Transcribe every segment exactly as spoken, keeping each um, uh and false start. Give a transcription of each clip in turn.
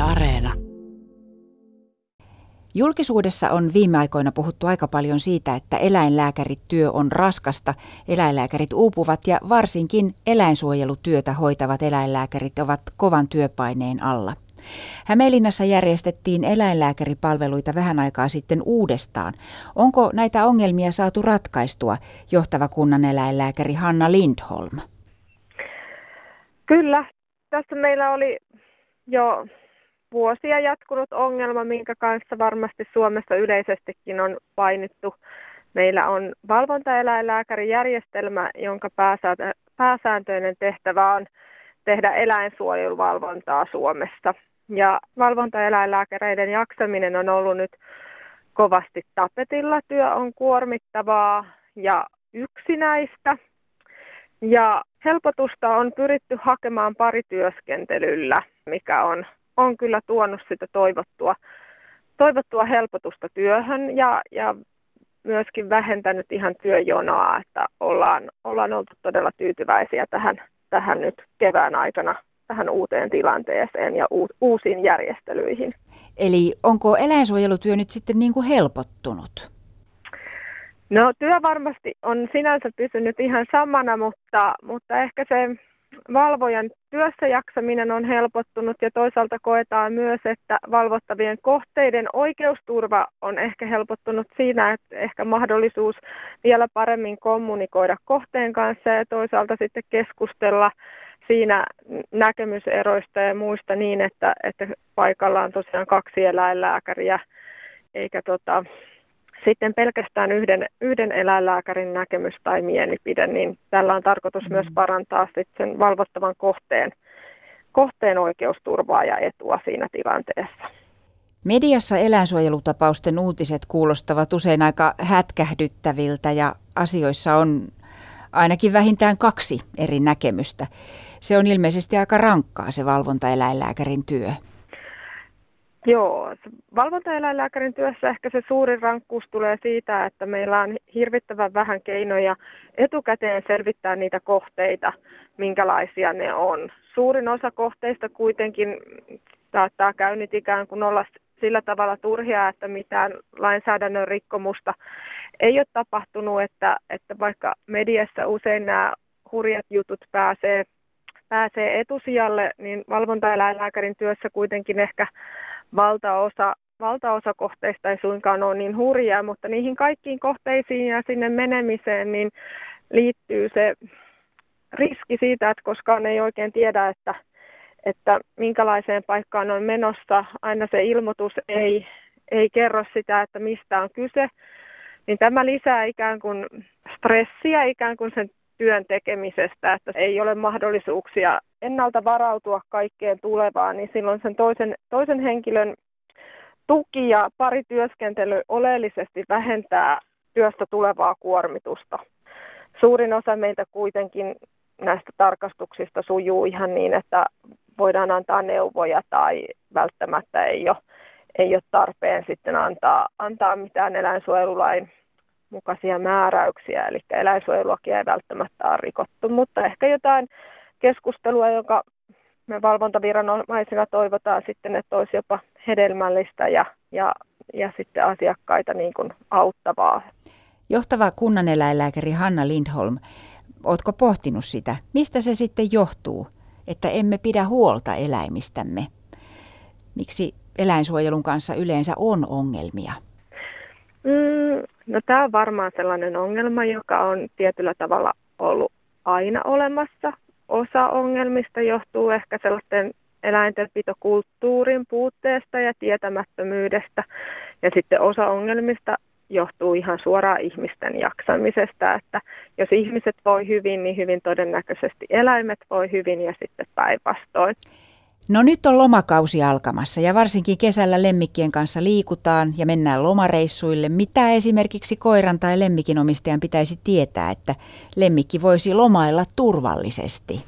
Areena. Julkisuudessa on viime aikoina puhuttu aika paljon siitä, että eläinlääkärityö on raskasta, eläinlääkärit uupuvat ja varsinkin eläinsuojelutyötä hoitavat eläinlääkärit ovat kovan työpaineen alla. Hämeenlinnassa järjestettiin eläinlääkäripalveluita vähän aikaa sitten uudestaan. Onko näitä ongelmia saatu ratkaistua, johtava kunnaneläinlääkäri Hanna Lindholm? Kyllä. Tässä meillä oli jo vuosia jatkunut ongelma, minkä kanssa varmasti Suomessa yleisestikin on painittu. Meillä on valvontaeläinlääkärijärjestelmä, jonka pääsääntöinen tehtävä on tehdä eläinsuojeluvalvontaa Suomessa. Ja valvontaeläinlääkäreiden jaksaminen on ollut nyt kovasti tapetilla. Työ on kuormittavaa ja yksinäistä. Ja helpotusta on pyritty hakemaan parityöskentelyllä, mikä on, on kyllä tuonut sitä toivottua, toivottua helpotusta työhön ja, ja myöskin vähentänyt ihan työjonoa, että ollaan, ollaan oltu todella tyytyväisiä tähän, tähän nyt kevään aikana, tähän uuteen tilanteeseen ja uusiin järjestelyihin. Eli onko eläinsuojelutyö nyt sitten niin kuin helpottunut? No työ varmasti on sinänsä pysynyt ihan samana, mutta, mutta ehkä se valvojan työssä jaksaminen on helpottunut ja toisaalta koetaan myös, että valvottavien kohteiden oikeusturva on ehkä helpottunut siinä, että ehkä mahdollisuus vielä paremmin kommunikoida kohteen kanssa ja toisaalta sitten keskustella siinä näkemyseroista ja muista niin, että, että paikalla on tosiaan kaksi eläinlääkäriä eikä tota... Sitten pelkästään yhden, yhden eläinlääkärin näkemys tai mielipide, niin tällä on tarkoitus mm. myös parantaa sitten sen valvottavan kohteen, kohteen oikeusturvaa ja etua siinä tilanteessa. Mediassa eläinsuojelutapausten uutiset kuulostavat usein aika hätkähdyttäviltä ja asioissa on ainakin vähintään kaksi eri näkemystä. Se on ilmeisesti aika rankkaa se valvontaeläinlääkärin työ. Joo, valvontaeläinlääkärin työssä ehkä se suurin rankkuus tulee siitä, että meillä on hirvittävän vähän keinoja etukäteen selvittää niitä kohteita, minkälaisia ne on. Suurin osa kohteista kuitenkin saattaa käynnit ikään kuin olla sillä tavalla turhia, että mitään lainsäädännön rikkomusta ei ole tapahtunut, että, että vaikka mediassa usein nämä hurjat jutut pääsee, pääsee etusijalle, niin valvontaeläinlääkärin työssä kuitenkin ehkä Valtaosa, valtaosa kohteista ei suinkaan ole niin hurjaa, mutta niihin kaikkiin kohteisiin ja sinne menemiseen niin liittyy se riski siitä, että koskaan ei oikein tiedä, että, että minkälaiseen paikkaan on menossa. Aina se ilmoitus ei, ei kerro sitä, että mistä on kyse. Niin tämä lisää ikään kuin stressiä ikään kuin sen työn tekemisestä, että ei ole mahdollisuuksia ennalta varautua kaikkeen tulevaan, niin silloin sen toisen, toisen henkilön tuki ja parityöskentely oleellisesti vähentää työstä tulevaa kuormitusta. Suurin osa meiltä kuitenkin näistä tarkastuksista sujuu ihan niin, että voidaan antaa neuvoja tai välttämättä ei ole, ei ole tarpeen sitten antaa, antaa mitään eläinsuojelulain mukaisia määräyksiä, eli eläinsuojelulakia ei välttämättä ole rikottu, mutta ehkä jotain keskustelua, joka me valvontaviranomaisina toivotaan sitten, että olisi jopa hedelmällistä ja, ja, ja sitten asiakkaita niin kuin auttavaa. Johtava kunnaneläinlääkäri Hanna Lindholm, oletko pohtinut sitä, mistä se sitten johtuu, että emme pidä huolta eläimistämme? Miksi eläinsuojelun kanssa yleensä on ongelmia? Mm, no tämä on varmaan sellainen ongelma, joka on tietyllä tavalla ollut aina olemassa. Osa ongelmista johtuu ehkä sellaisten eläintenpitokulttuurin puutteesta ja tietämättömyydestä. Ja sitten osa ongelmista johtuu ihan suoraan ihmisten jaksamisesta, että jos ihmiset voi hyvin, niin hyvin todennäköisesti eläimet voi hyvin ja sitten päinvastoin. No nyt on lomakausi alkamassa ja varsinkin kesällä lemmikkien kanssa liikutaan ja mennään lomareissuille. Mitä esimerkiksi koiran tai lemmikin omistajan pitäisi tietää, että lemmikki voisi lomailla turvallisesti?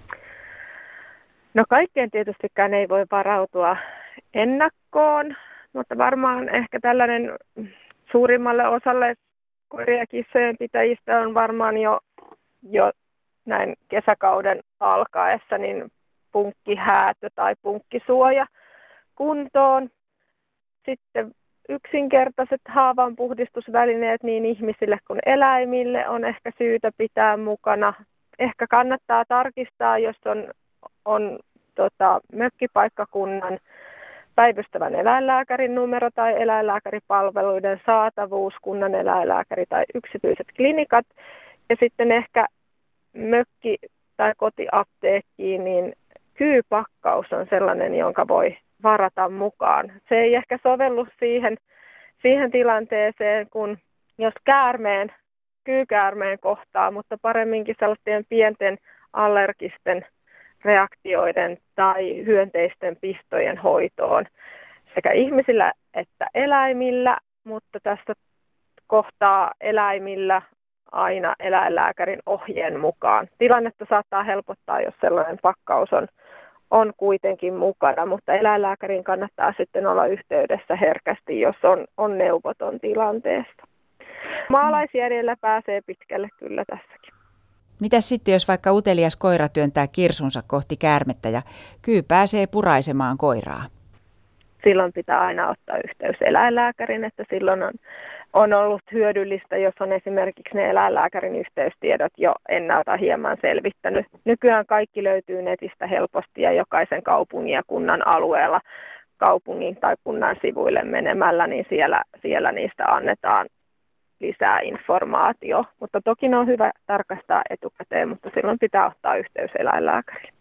No kaikkeen tietystikään ei voi varautua ennakkoon, mutta varmaan ehkä tällainen suurimmalle osalle koirien ja kissojen pitäjistä on varmaan jo, jo näin kesäkauden alkaessa niin punkkihäätö tai punkkisuoja kuntoon. Sitten yksinkertaiset haavanpuhdistusvälineet niin ihmisille kuin eläimille on ehkä syytä pitää mukana. Ehkä kannattaa tarkistaa, jos on, on tota, mökkipaikkakunnan päivystävän eläinlääkärin numero tai eläinlääkäripalveluiden saatavuus, kunnan eläinlääkäri tai yksityiset klinikat. Ja sitten ehkä mökki- tai kotiapteekkiin, niin kyypakkaus on sellainen, jonka voi varata mukaan. Se ei ehkä sovellu siihen, siihen tilanteeseen, kun jos käärmeen, kyykäärmeen kohtaa, mutta paremminkin sellaisten pienten allergisten reaktioiden tai hyönteisten pistojen hoitoon sekä ihmisillä että eläimillä, mutta tässä kohtaa eläimillä aina eläinlääkärin ohjeen mukaan. Tilannetta saattaa helpottaa, jos sellainen pakkaus on, on kuitenkin mukana, mutta eläinlääkärin kannattaa sitten olla yhteydessä herkästi, jos on, on neuvoton tilanteesta. Maalaisjärjellä pääsee pitkälle kyllä tässäkin. Mitäs sitten, jos vaikka utelias koira työntää kirsunsa kohti käärmettä ja kyy pääsee puraisemaan koiraa? Silloin pitää aina ottaa yhteys eläinlääkärin, että silloin on, on ollut hyödyllistä, jos on esimerkiksi ne eläinlääkärin yhteystiedot jo ennalta hieman selvittänyt. Nykyään kaikki löytyy netistä helposti ja jokaisen kaupungin ja kunnan alueella kaupungin tai kunnan sivuille menemällä, niin siellä, siellä niistä annetaan lisää informaatio. Mutta toki ne on hyvä tarkastaa etukäteen, mutta silloin pitää ottaa yhteys eläinlääkäriin.